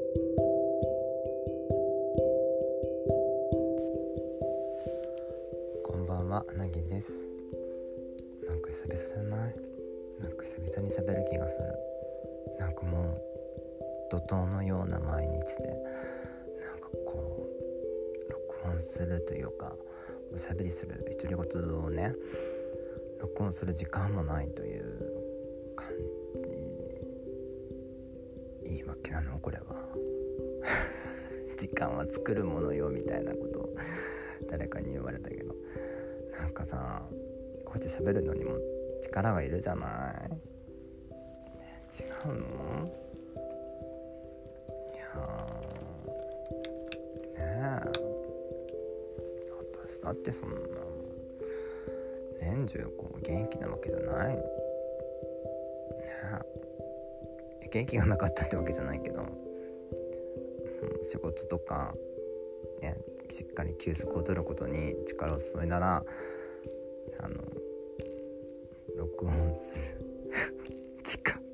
こんばんは、なぎです。なんか久々じゃない？なんか久々に喋る気がする。なんかもう怒涛のような毎日で、なんかこう録音するというかおしゃべりする独り言をね録音する時間もないという感じ。いいわけなのこれは時間は作るものよみたいなことを誰かに言われたけど、なんかさ、こうやって喋るのにも力がいるじゃない？違うの？いやねえ、私だってそんな年中こう元気なわけじゃないねえ。元気がなかったってわけじゃないけど、仕事とかね、しっかり休息を取ることに力を注いだら録音する時間が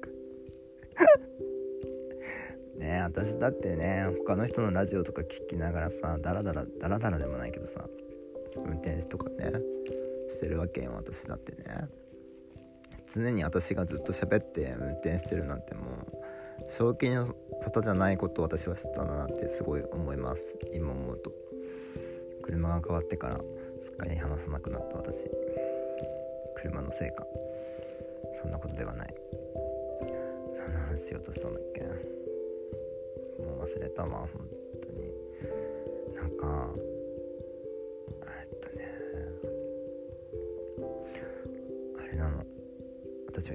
ねえ、私だってね、他の人のラジオとか聞きながらさ、ダラダラでもないけどさ、運転とかねしてるわけよ。私だってね、常に私がずっと喋って運転してるなんてもう正気の沙汰じゃないことを私は知ったなってすごい思います。今思うと。車が変わってからすっかり話さなくなった私。車のせいか、そんなことではない。何の話しようとしたんだっけ、もう忘れたわ本当に。なんかあれなの、私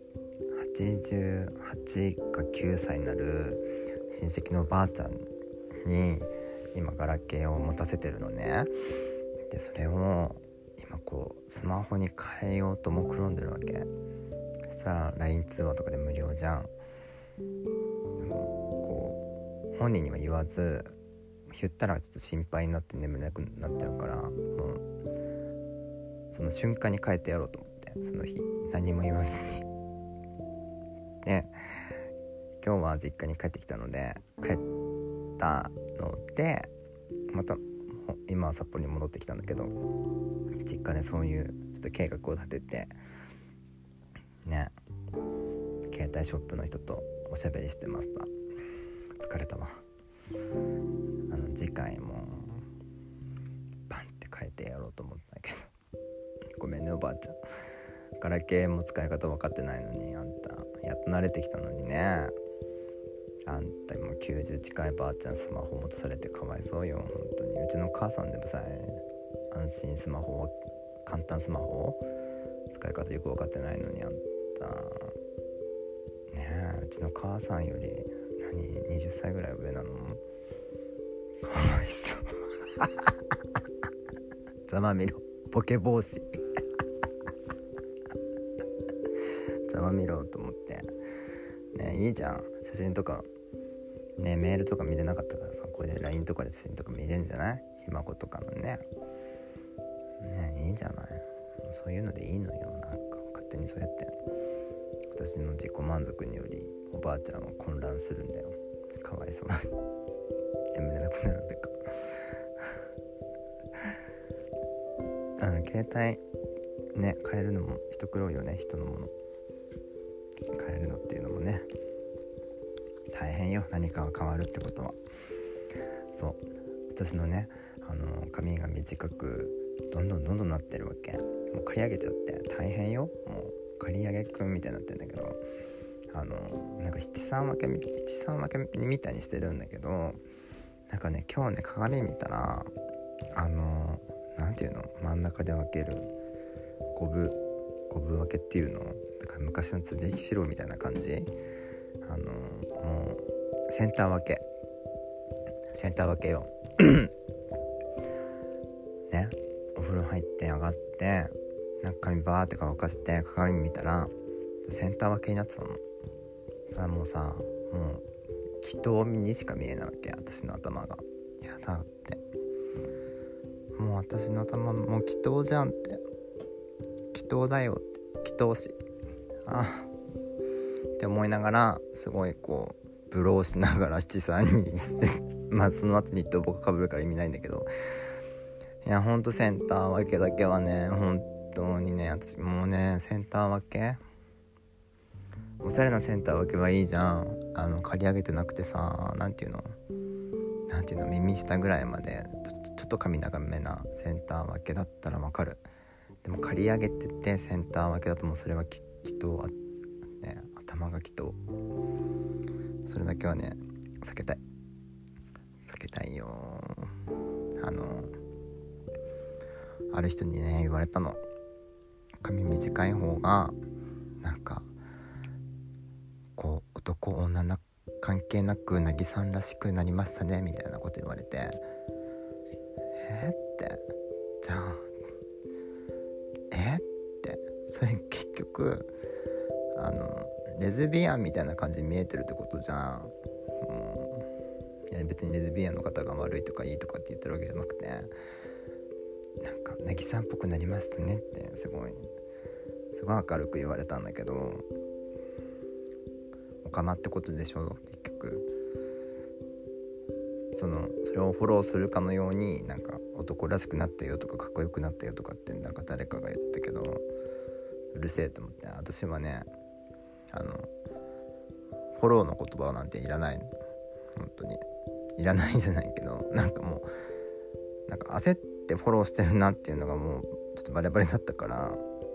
88か9歳になる親戚のばあちゃんに今ガラケーを持たせてるのね。でそれを今こうスマホに変えようと目論んでるわけ。そしたら LINE 通話とかで無料じゃん。でもこう本人には言わず、言ったらちょっと心配になって眠れなくなっちゃうから、もうその瞬間に変えてやろうと思って、その日何も言わずにで、今日は実家に帰ってきたので、帰ったのでまた今は札幌に戻ってきたんだけど、実家でそういうちょっと計画を立ててね、携帯ショップの人とおしゃべりしてました。疲れたわ。次回もパンって変えてやろうと思ったけど、ごめんねおばあちゃん、ガラケーも使い方分かってないのに、あんたやっと慣れてきたのにね。あんたも90近いばあちゃんスマホ持たされてかわいそうよ本当に。うちの母さんでもさ安心スマホ、簡単スマホ使い方よく分かってないのに、あんたねえ、うちの母さんより20歳ぐらい上なの？かわいそうざまみろボケ防止ざまみろと思ってね。いいじゃん、写真とかね、メールとか見れなかったからさ、これで LINE とかで写真とか見れるんじゃない？ひ孫とかのねいいじゃない。そういうのでいいのよ。なんか勝手にそうやって私の自己満足によりおばあちゃんは混乱するんだよ。かわいそう眠れなくなるべか携帯ね変えるのも一苦労よね。人のもの変えるのっていうのもね大変よ。何かが変わるってことは。そう、私のね髪が短くどんどんなってるわけ。もう刈り上げちゃって大変よ。もう刈り上げくんみたいになってるんだけど、なんか七三分けみたいにしてるんだけど、なんかね今日ね鏡見たらなんていうの、真ん中で分ける五分分けっていうのだから昔のつべきしろみたいな感じ。もうセンター分けよね、お風呂入って上がってなんか髪バーって乾かして鏡見たらセンター分けになってたの。そしたらもうさ、もう祈祷にしか見えないわけ、私の頭が。やだって、もう私の頭もう祈祷じゃんって、祈祷だよって、祈祷師って思いながらすごいこブローしながら七三にしてまあその後にニット僕かぶるから意味ないんだけど、いやほんとセンター分けだけはね本当にね、私もうねセンター分けおしゃれなセンター分けはいいじゃん。刈り上げてなくてさ、なんていうの耳下ぐらいまでちょっと髪長めなセンター分けだったらわかる。でも刈り上げててセンター分けだともうそれはきっとね、頭がきっとそれだけはね避けたいよ。ある人にね言われたの。髪短い方がなんかこう男女の関係なくなぎさんらしくなりましたねみたいなこと言われて、ってじゃあってそれ結局レズビアンみたいな感じに見えてるってことじゃん。いや別にレズビアンの方が悪いとかいいとかって言ってるわけじゃなくて、なんかなぎさんっぽくなりましたねってすごい明るく言われたんだけど、おかまってことでしょ結局。それをフォローするかのようになんか男らしくなったよとかかっこよくなったよとかってなんか誰かが言ったけど、うるせえと思って、私はねフォローの言葉なんていらないの。本当にいらないじゃないけど、なんかもうなんか焦ってフォローしてるなっていうのがもうちょっとバレバレだったから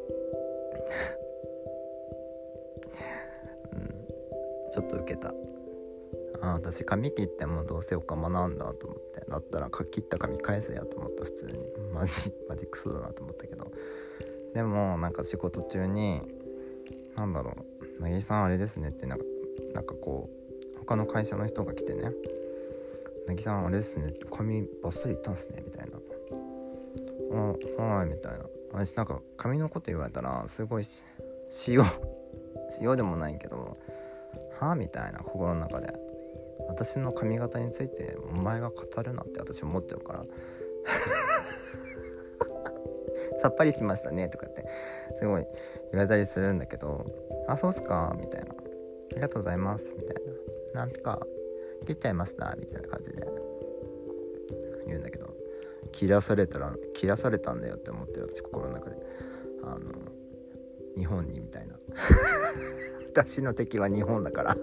ちょっとウケた。私髪切ってもどうせおかまなんだと思って、だったら切った髪返せやと思った。普通にマジクソだなと思ったけど、でもなんか仕事中になんだろう、なぎさんあれですねってなんかこう他の会社の人が来てね、なぎさんあれですねって髪バッサリいったんすねみたいな、はいみたいな。私なんか髪のこと言われたらすごい塩でもないけどみたいな、心の中で私の髪型についてお前が語るなって私思っちゃうからさっぱりしましたねとかってすごい言われたりするんだけど、そうっすかみたいな、ありがとうございますみたいな、なんか切っちゃいましたみたいな感じで言うんだけど、切らされたんだよって思ってる私心の中で、日本にみたいな私の敵は日本だから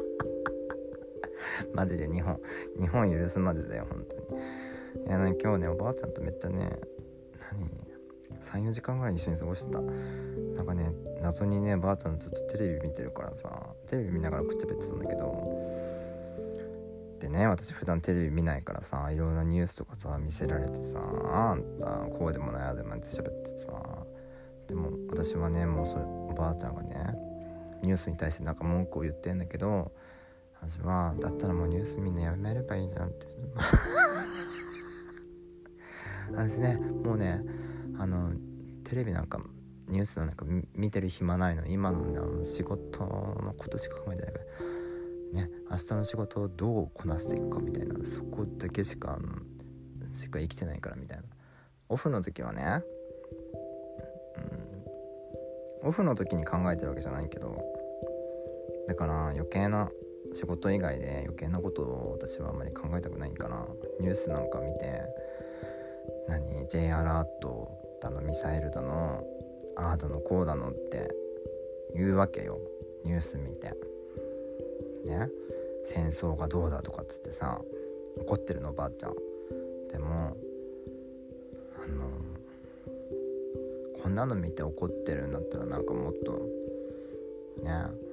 マジで日本許すまでだよ本当に。いやね、今日ねおばあちゃんとめっちゃね3-4時間ぐらい一緒に過ごしてた。なんかね謎にねばあちゃんずっとテレビ見てるからさ、テレビ見ながらくっちゃべってたんだけど、でね私普段テレビ見ないからさ、いろんなニュースとかさ見せられてさ、あんたこうでもないあでもないって喋ってさ、でも私はねもうそれおばあちゃんがねニュースに対してなんか文句を言ってんだけど、私はだったらもうニュースみんなやめればいいじゃんって私ねもうねテレビなんかニュースなんか見てる暇ないの。今のね仕事のことしか考えてないからね、明日の仕事をどうこなしていくかみたいな、そこだけしか生きてないからみたいな。オフの時はねオフの時に考えてるわけじゃないけど、だから余計な仕事以外で余計なことを私はあんまり考えたくないから、ニュースなんか見てJ アラートだのミサイルだのだのこうだのって言うわけよ。ニュース見てね、戦争がどうだとかっつってさ怒ってるのおばあちゃん。でもこんなの見て怒ってるんだったらなんかもっとね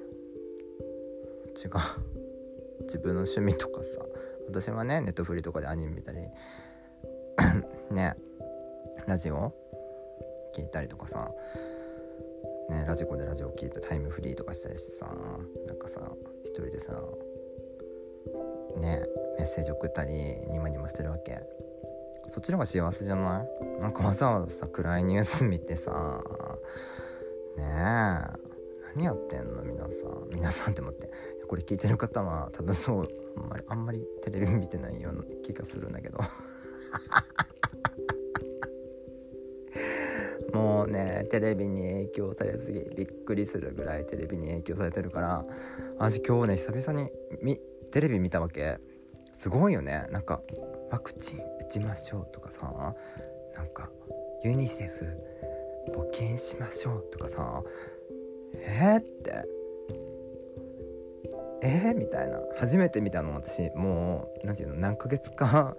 違う自分の趣味とかさ、私はねネットフリとかでアニメ見たりねラジオ聞いたりとかさね、ラジコでラジオ聞いてタイムフリーとかしたりしてさ、なんかさ一人でさねメッセージ送ったりニマニマしてるわけ。そっちの方が幸せじゃない？なんかわざわざさ暗いニュース見てさね何やってんの皆さんって思って、これ聞いてる方は多分そうあんまりテレビ見てないような気がするんだけどもうねテレビに影響されすぎびっくりするぐらいテレビに影響されてるから、私今日ね久々にテレビ見たわけ。すごいよね。なんかワクチン打ちましょうとかさ、なんかユニセフ募金しましょうとかさ、ってみたいな。初めて見たの私。もうなんていうの、何ヶ月間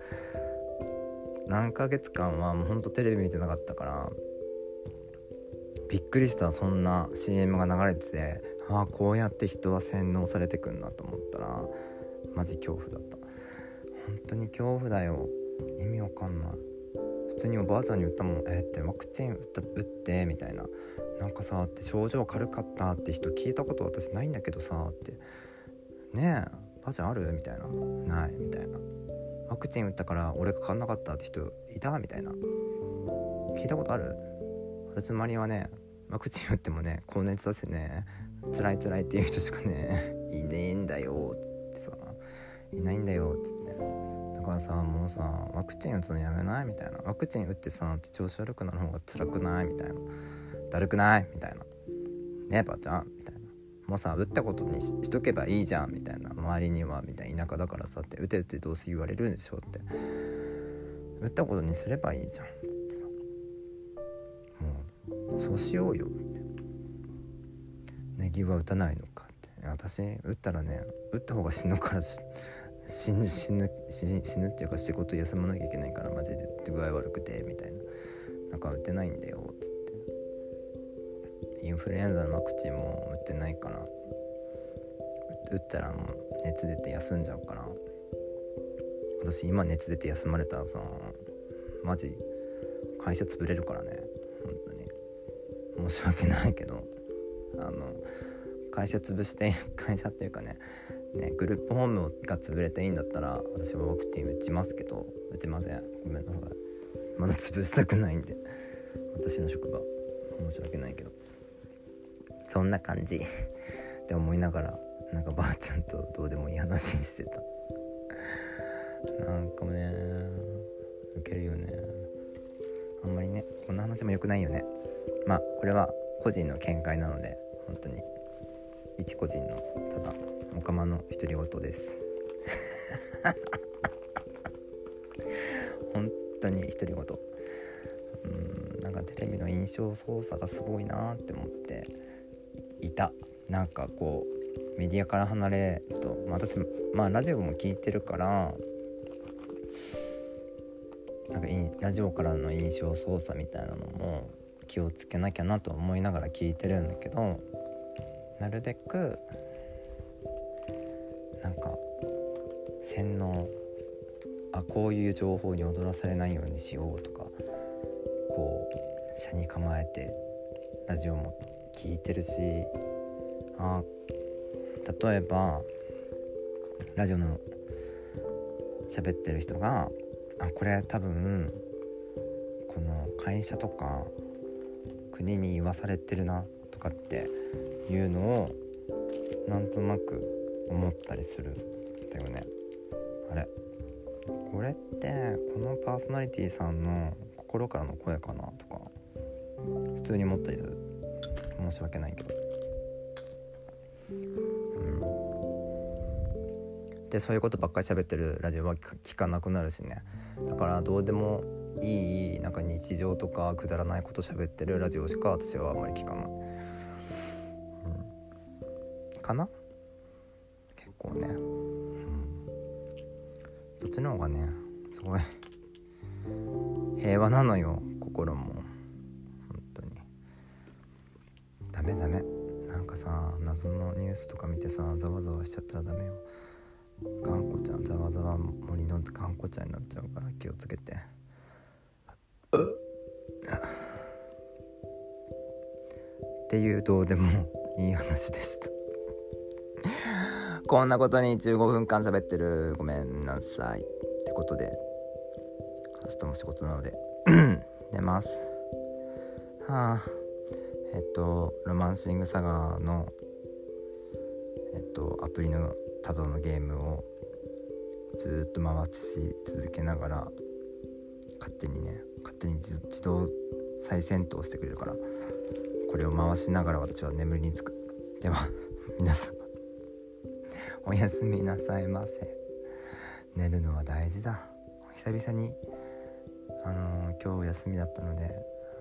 はもうほんとテレビ見てなかったからびっくりした。そんな CM が流れてて、こうやって人は洗脳されてくんなと思ったらマジ恐怖だった。本当に恐怖だよ。意味わかんない。普通におばあちゃんに言ったもん。ってワクチン打ってみたいな。なんかさって症状軽かったって人聞いたこと私ないんだけどさってねえ、ばあちゃんあるみたいな。ないみたいな。ワクチン打ったから俺がかかんなかったって人いたみたいな。聞いたことある？私の周りはね、ワクチン打ってもね高熱出せね辛いっていう人しかねいねえんだよってさ、いないんだよって言って。だからさ、もうさワクチン打つのやめないみたいな。ワクチン打ってさって調子悪くなる方が辛くないみたいな、だるくないみたいな。ねえばあちゃんみたいな。もうさ打ったことに しとけばいいじゃんみたいな。周りにはみたいな、田舎だからさって打てってどうせ言われるんでしょって、打ったことにすればいいじゃんって言ってさ、もうそうしようよって。ネギは打たないのかって。私打ったらね、打った方が死ぬから死ぬっていうか仕事休まなきゃいけないからマジで具合悪くてみたいな。なんか打てないんだよって言って。インフルエンザのワクチンも打ってないから、打ったらもう熱出て休んじゃうから。私今熱出て休まれたらさマジ会社潰れるからね。本当に申し訳ないけど、会社潰して会社っていうかねグループホームが潰れていいんだったら私はワクチン打ちますけど、打ちません。ごめんなさい。まだ潰したくないんで、私の職場。申し訳ないけど、そんな感じって思いながら、なんかばあちゃんとどうでもいい話してた。なんかもねウケるよね。あんまりねこんな話も良くないよね。まあこれは個人の見解なので、本当に一個人のただおかまの独り言です本当に独り言。なんかテレビの印象操作がすごいなって思っていた。なんかこうメディアから離れると、私ラジオも聞いてるから、なんかラジオからの印象操作みたいなのも気をつけなきゃなと思いながら聞いてるんだけど、なるべくなんか洗脳、こういう情報に踊らされないようにしようとか、こう車に構えてラジオも聞いてるし、例えばラジオの喋ってる人がこれ多分この会社とか国に言わされてるなとかっていうのをなんとなく思ったりするんだよね。あれこれってこのパーソナリティさんの心からの声かなとか普通に思ったりする。申し訳ないけど、でそういうことばっかり喋ってるラジオは聞かなくなるしね。だからどうでもいいなんか日常とかくだらないこと喋ってるラジオしか私はあんまり聞かない、かな結構ね、そっちの方がねすごい平和なのよ、心も。本当にダメなんかさ謎のニュースとか見てさざわざわしちゃったらダメよ。頑固ちゃん、ざわざわ森の頑固ちゃんになっちゃうから気をつけて。っていうどうでもいい話でしたこんなことに15分間喋ってる、ごめんなさいってことで、明日も仕事なので寝ます。ロマンシングサガのアプリのただのゲームをずっと回し続けながら勝手に自動再戦闘してくれるから、これを回しながら私は眠りにつく。では皆さんおやすみなさいませ。寝るのは大事だ。久々に今日休みだったので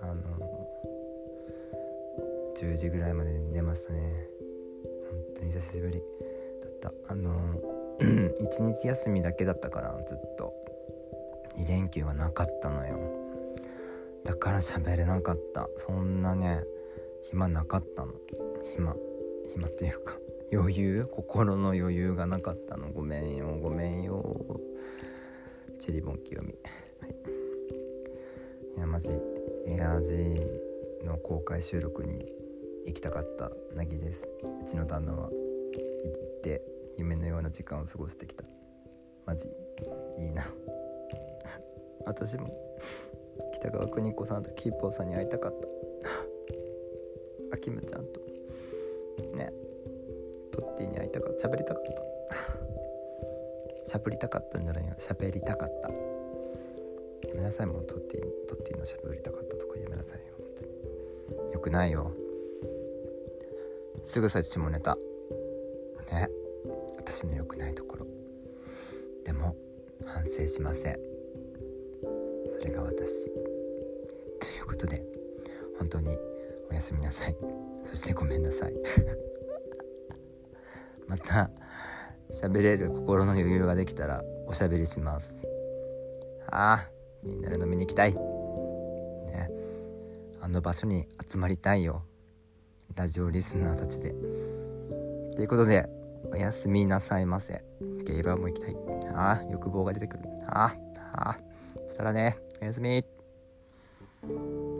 10時ぐらいまで寝ましたね。本当に久しぶりだった。1日休みだけだったからずっと2連休がなかったのよ。だから喋れなかった。そんなね暇なかったの。暇というか心の余裕がなかったの。ごめんよチリボンキヨミ。はい、いやマジエアージの公開収録に行きたかったなぎです。うちの旦那は行って夢のような時間を過ごしてきた。マジいいな私も北川邦子さんとキーポーさんに会いたかったあきむちゃんとねトッティに会いたかった。喋りたかった喋りたかったんじゃないよ、喋りたかった。やめなさい、もうトッティの喋りたかったとかやめなさいよ。本当によくないよ。すぐそうやって下ネタね、私の良くないところ。でも反省しません。それが私ということで、本当におやすみなさい。そしてごめんなさいまた喋れる心の余裕ができたらおしゃべりします。みんなで飲みに行きたいね。あの場所に集まりたいよ、ラジオリスナーたちで。ということでおやすみなさいませ。ゲイバーも行きたい。欲望が出てくる。したらね、おやすみ。